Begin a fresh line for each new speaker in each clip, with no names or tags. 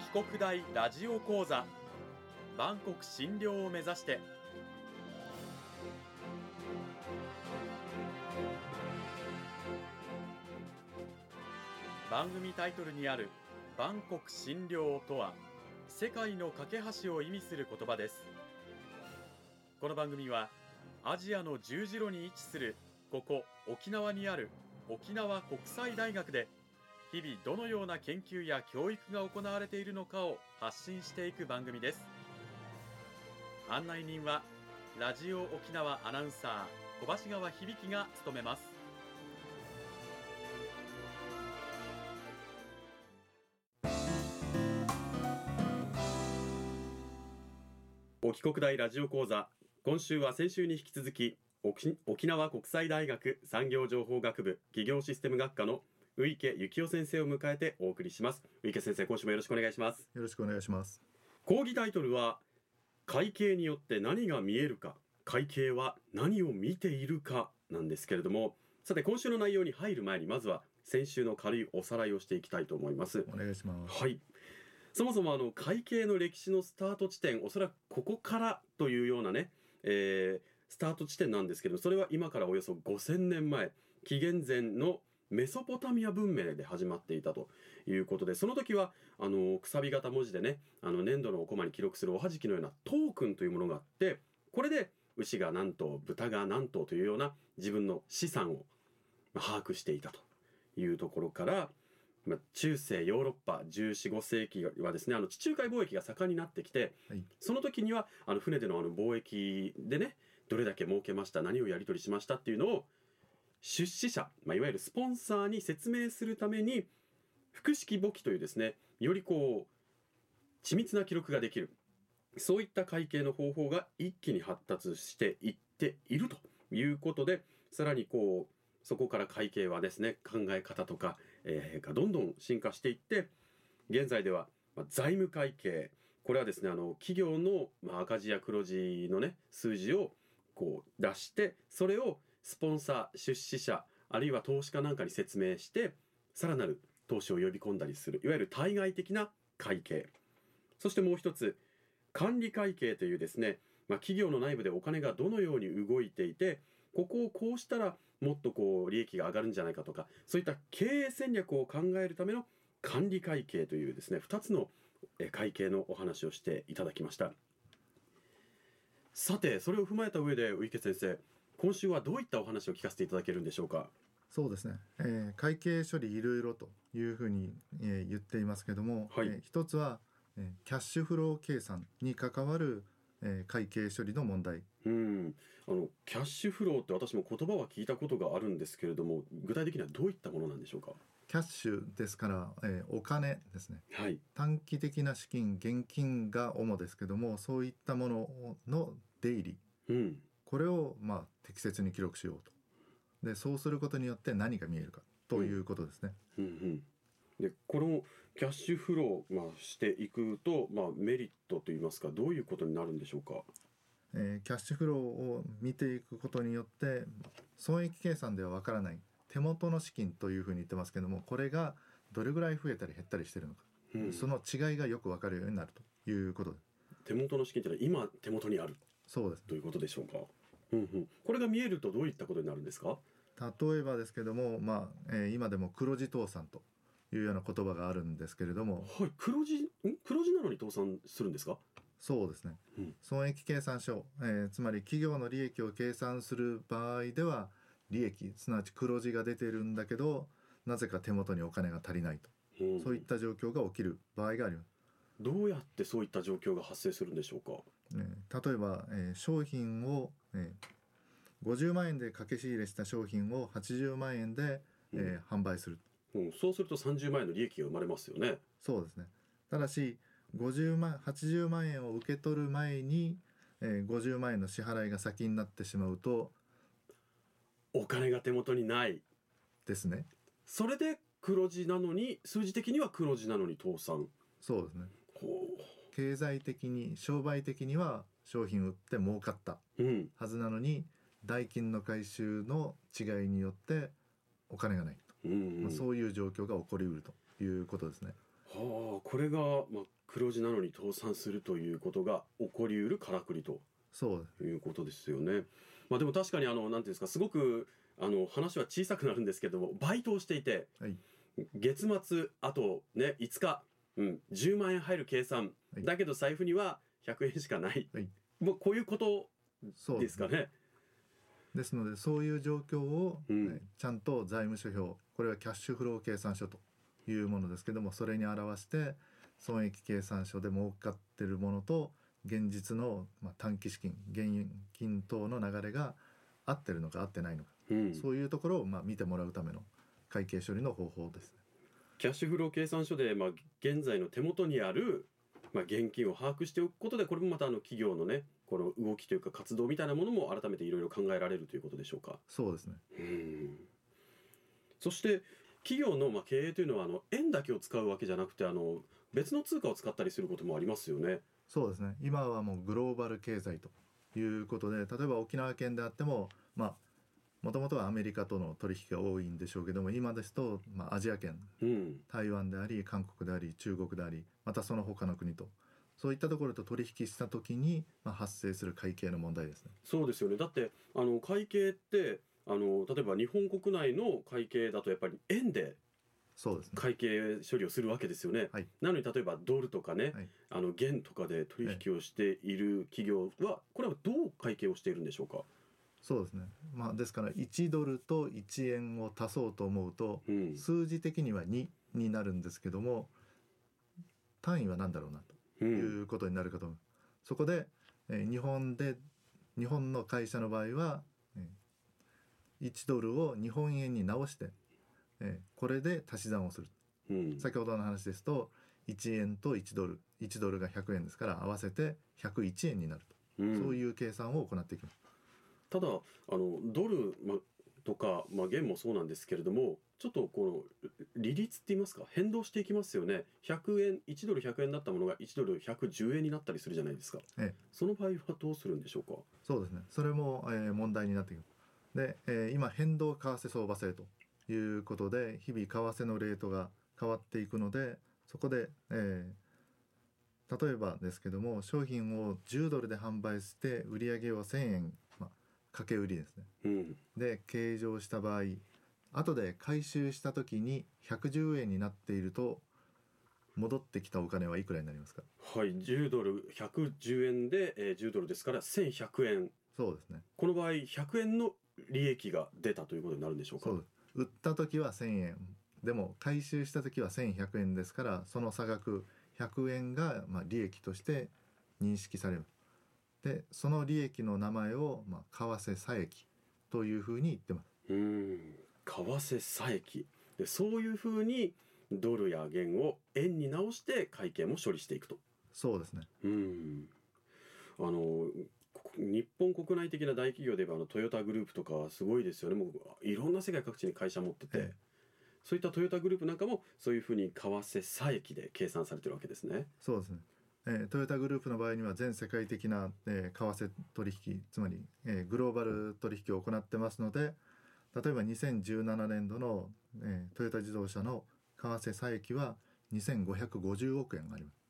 帰国大ラジオ講座万国診療を目指して。番組タイトルにある万国診療とは世界の架け橋を意味する言葉です。この番組はアジアの十字路に位置するここ沖縄にある沖縄国際大学で日々どのような研究や教育が行われているのかを発信していく番組です。案内人はラジオ沖縄アナウンサー小橋川響が務めます。沖国大ラジオ講座、今週は先週に引き続き沖縄国際大学産業情報学部企業システム学科の宇池幸雄先生を迎えてお送りします。宇池先生、今週もよろしくお願いします。
よろしくお願いします。
講義タイトルは会計によって何が見えるか、会計は何を見ているかなんですけれども、さて今週の内容に入る前にまずは先週の軽いおさらいをしていきたいと思います。
お願いします。
はい、そもそも会計の歴史のスタート地点、おそらくここからというようなね、スタート地点なんですけど、それは今からおよそ5000年前、紀元前のメソポタミア文明で始まっていたということで、その時はくさび型文字でね、粘土のおこまに記録するおはじきのようなトークンというものがあって、これで牛が何頭豚が何頭というような自分の資産を把握していたというところから、中世ヨーロッパ14、15世紀はですね、地中海貿易が盛んになってきて、
はい、
その時には船での貿易でね、どれだけ儲けました、何をやり取りしましたっていうのを出資者、いわゆるスポンサーに説明するために複式簿記というですね、より緻密な記録ができる、そういった会計の方法が一気に発達していっているということで、さらにそこから会計はですね、考え方とか、がどんどん進化していって、現在では財務会計、これはですね、企業の赤字や黒字のね数字を出して、それをスポンサー、出資者、あるいは投資家なんかに説明してさらなる投資を呼び込んだりする、いわゆる対外的な会計。そしてもう一つ、管理会計というですね、企業の内部でお金がどのように動いていて、ここをこうしたらもっと利益が上がるんじゃないかとか、そういった経営戦略を考えるための管理会計というですね、2つの会計のお話をしていただきました。さて、それを踏まえた上で宇池先生、今週はどういったお話を聞かせていただけるんでしょうか。
そうですね、会計処理いろいろというふうに、言っていますけども、
はい、
一つは、キャッシュフロー計算に関わる、会計処理の問題。
キャッシュフローって私も言葉は聞いたことがあるんですけれども、具体的にはどういったものなんでしょうか。
キャッシュですから、お金ですね、
はい、
短期的な資金、現金が主ですけども、そういったものの出入り、これを適切に記録しようと。でそうすることによって何が見えるかということですね。
でこのキャッシュフロー、していくと、メリットといいますか、どういうことになるんでしょうか。
キャッシュフローを見ていくことによって損益計算ではわからない手元の資金というふうに言ってますけども、これがどれぐらい増えたり減ったりしているのか、その違いがよくわかるようになるということです。
手元の資金というのは今手元にある、
そうです、
ということでしょうか。これが見えるとどういったことになるんですか。
例えばですけども、今でも黒字倒産というような言葉があるんですけれども、
はい、黒字なのに倒産するんですか。
そうですね、損益計算書、つまり企業の利益を計算する場合では、利益すなわち黒字が出てるんだけど、なぜか手元にお金が足りないと、そういった状況が起きる場合があります。
どうやってそういった状況が発生するんでしょうか。
例えば、商品を、50万円で掛け仕入れした商品を80万円で、販売する、
そうすると30万円の利益が生まれますよね。
そうですね。ただし80万円を受け取る前に、50万円の支払いが先になってしまうと、
お金が手元にない
ですね。
それで黒字なのに、数字的には黒字なのに倒産。
そうですね。経済的に商売的には商品売って儲かったはずなのに、代金の回収の違いによってお金がないと、そういう状況が起こりうるということですね。
これが、 黒字なのに倒産するということが起こりうるからくりと
そう
いうことですよね。でも確かになんていうんですか、すごく話は小さくなるんですけども、バイトをしていて、
はい、
月末あとね5日、10万円入る計算、
はい、
だけど財布には100円しかない、
はい、
もうこういうことですかね。
ですのでそういう状況を、
うん
ちゃんと財務諸表、これはキャッシュフロー計算書というものですけども、それに表して損益計算書で儲かっているものと現実の、短期資金現金等の流れが合ってるのか合ってないのか、そういうところを見てもらうための会計処理の方法ですね。
キャッシュフロー計算書で、現在の手元にある、現金を把握しておくことで、これもまた企業のねこの動きというか活動みたいなものも改めていろいろ考えられるということでしょうか。
そうですね。
そして企業の経営というのは円だけを使うわけじゃなくて別の通貨を使ったりすることもありますよね。
そうですね。今はもうグローバル経済ということで、例えば沖縄県であってももともとはアメリカとの取引が多いんでしょうけども、今ですと、アジア圏、台湾であり韓国であり中国であり、またその他の国と、そういったところと取引した時に、発生する会計の問題ですね。
そうですよね。だって会計って例えば日本国内の会計だとやっぱり円で
そうですね、
会計処理をするわけですよね。
はい、
なのに例えばドルとかね、
はい、
元とかで取引をしている企業はこれはどう会計をしているんでしょうか。
そうですね。ですから1ドルと1円を足そうと思うと、数字的には2になるんですけども、単位は何だろうなということになるかと思う。そこで、日本の会社の場合は、1ドルを日本円に直して、これで足し算をする、先ほどの話ですと1円と1ドル1ドルが100円ですから合わせて101円になると、そういう計算を行っていきます。
ただドル、とか、元もそうなんですけれども、ちょっとこの利率って言いますか、変動していきますよね。100円1ドル100円だったものが1ドル110円になったりするじゃないですか。その場合はどうするんでしょうか。
そうですね。それも、問題になっていく。で、今変動為替相場制ということで日々為替のレートが変わっていくので、そこで、例えばですけども、商品を10ドルで販売して売上を1000円、掛け売りですね、で計上した場合、後で回収した時に110円になっていると戻ってきたお金はいくらになりますか。
はい、10ドル110円で、10ドルですから1100円。
そうですね。
この場合100円の利益が出たということになるんでしょうか。
そうです。売った時は1000円でも回収した時は1100円ですから、その差額100円が利益として認識される。でその利益の名前を為替差益というふうに言ってます。
為替差益で、そういうふうにドルや元を円に直して会計も処理していくと。
そうですね。
日本国内的な大企業で言えばトヨタグループとかはすごいですよね。もういろんな世界各地に会社持ってて、そういったトヨタグループなんかもそういうふうに為替差益で計算されてるわけですね。
そうですね。トヨタグループの場合には全世界的な、為替取引、つまり、グローバル取引を行ってますので、例えば2017年度の、トヨタ自動車の為替差益は2550億円あります。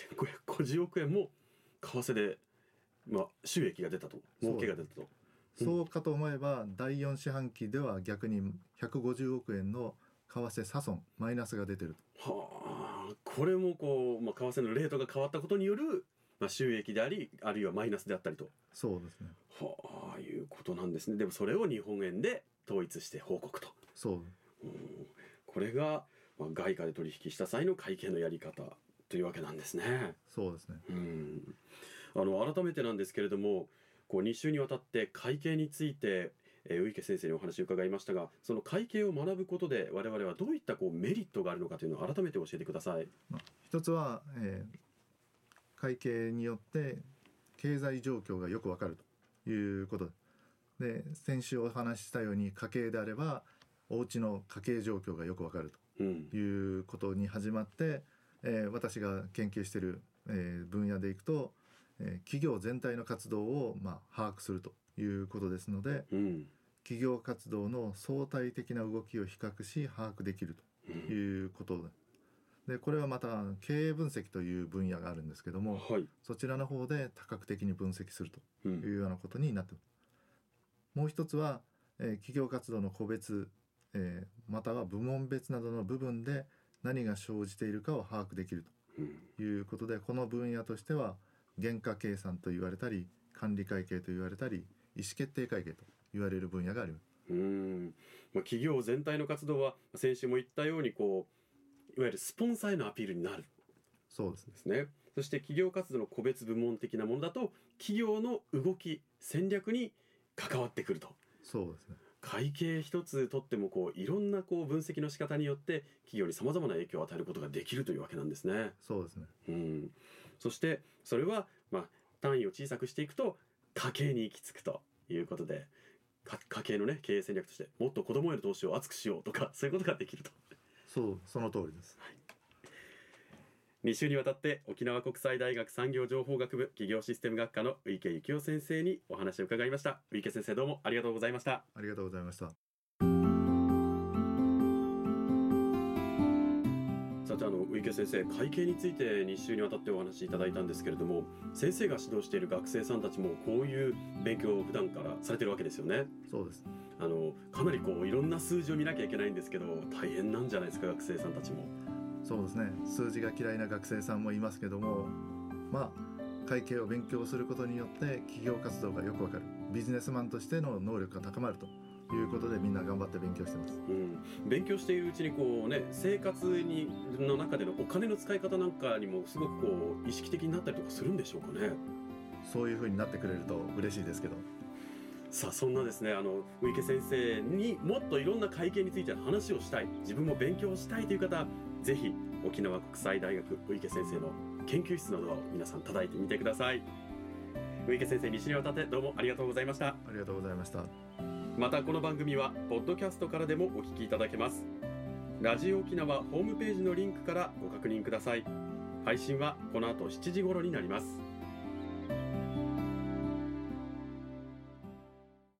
2550億円も為替で、収益が出たと、儲けが出たと。
そうかと思えば第4四半期では逆に150億円の為替差損マイナスが出てる
と。これもこう、為替のレートが変わったことによる、収益であり、あるいはマイナスであったりと。
そうですね。
いうことなんですね。でもそれを日本円で統一して報告と。
そう。
これが、外貨で取引した際の会計のやり方というわけなんですね。
そうですね。
改めてなんですけれども、2週にわたって会計について宇池先生にお話を伺いましたが、その会計を学ぶことで我々はどういったメリットがあるのかというのを改めて教えてください。
一つは、会計によって経済状況がよくわかるということで、先週お話ししたように家計であればお家の家計状況がよくわかるということに始まって、私が研究している、分野でいくと、企業全体の活動を把握するということですので、企業活動の相対的な動きを比較し把握できるということでこれはまた経営分析という分野があるんですけども、
はい。
そちらの方で多角的に分析すると
うん
いうようなことになっています。もう一つは、企業活動の個別、または部門別などの部分で何が生じているかを把握できる
うん
ということで、この分野としては原価計算と言われたり管理会計と言われたり意思決定会計と言われる分野があります。
企業全体の活動は先週も言ったようにこういわゆるスポンサーへのアピールになる
そうですね。
ですね。そして企業活動の個別部門的なものだと企業の動き戦略に関わってくると。
そうですね。
会計一つとってもこういろんなこう分析の仕方によって企業にさまざまな影響を与えることができるというわけなんですね。
そうですね。
そしてそれは単位を小さくしていくと家計に行き着くということで、家計のね経営戦略としてもっと子供への投資を厚くしようとかそういうことができると。
その通りです。
2週にわたって沖縄国際大学産業情報学部企業システム学科の宇池幸雄先生にお話を伺いました。宇池先生、どうもありがとうございました。
ありがとうございました。
さて宇池先生、会計について2週にわたってお話しいただいたんですけれども、先生が指導している学生さんたちもこういう勉強を普段からされてるわけですよね。
そうです。
かなりこういろんな数字を見なきゃいけないんですけど大変なんじゃないですか、学生さんたちも。
そうですね。数字が嫌いな学生さんもいますけども、会計を勉強することによって企業活動がよくわかる、ビジネスマンとしての能力が高まるということでみんな頑張って勉強してます。
勉強しているうちにこうね、生活の中でのお金の使い方なんかにもすごくこう意識的になったりとかするんでしょうかね。
そういう風になってくれると嬉しいですけど。
さあそんなですね、宇池先生にもっといろんな会計についての話をしたい、自分も勉強したいという方、ぜひ沖縄国際大学宇池先生の研究室のドアを皆さん叩いてみてください。宇池先生、2週にわたってどうもありがとうございました。
ありがとうございました。
またこの番組はポッドキャストからでもお聞きいただけます。ラジオ沖縄ホームページのリンクからご確認ください。配信はこの後7時頃になります。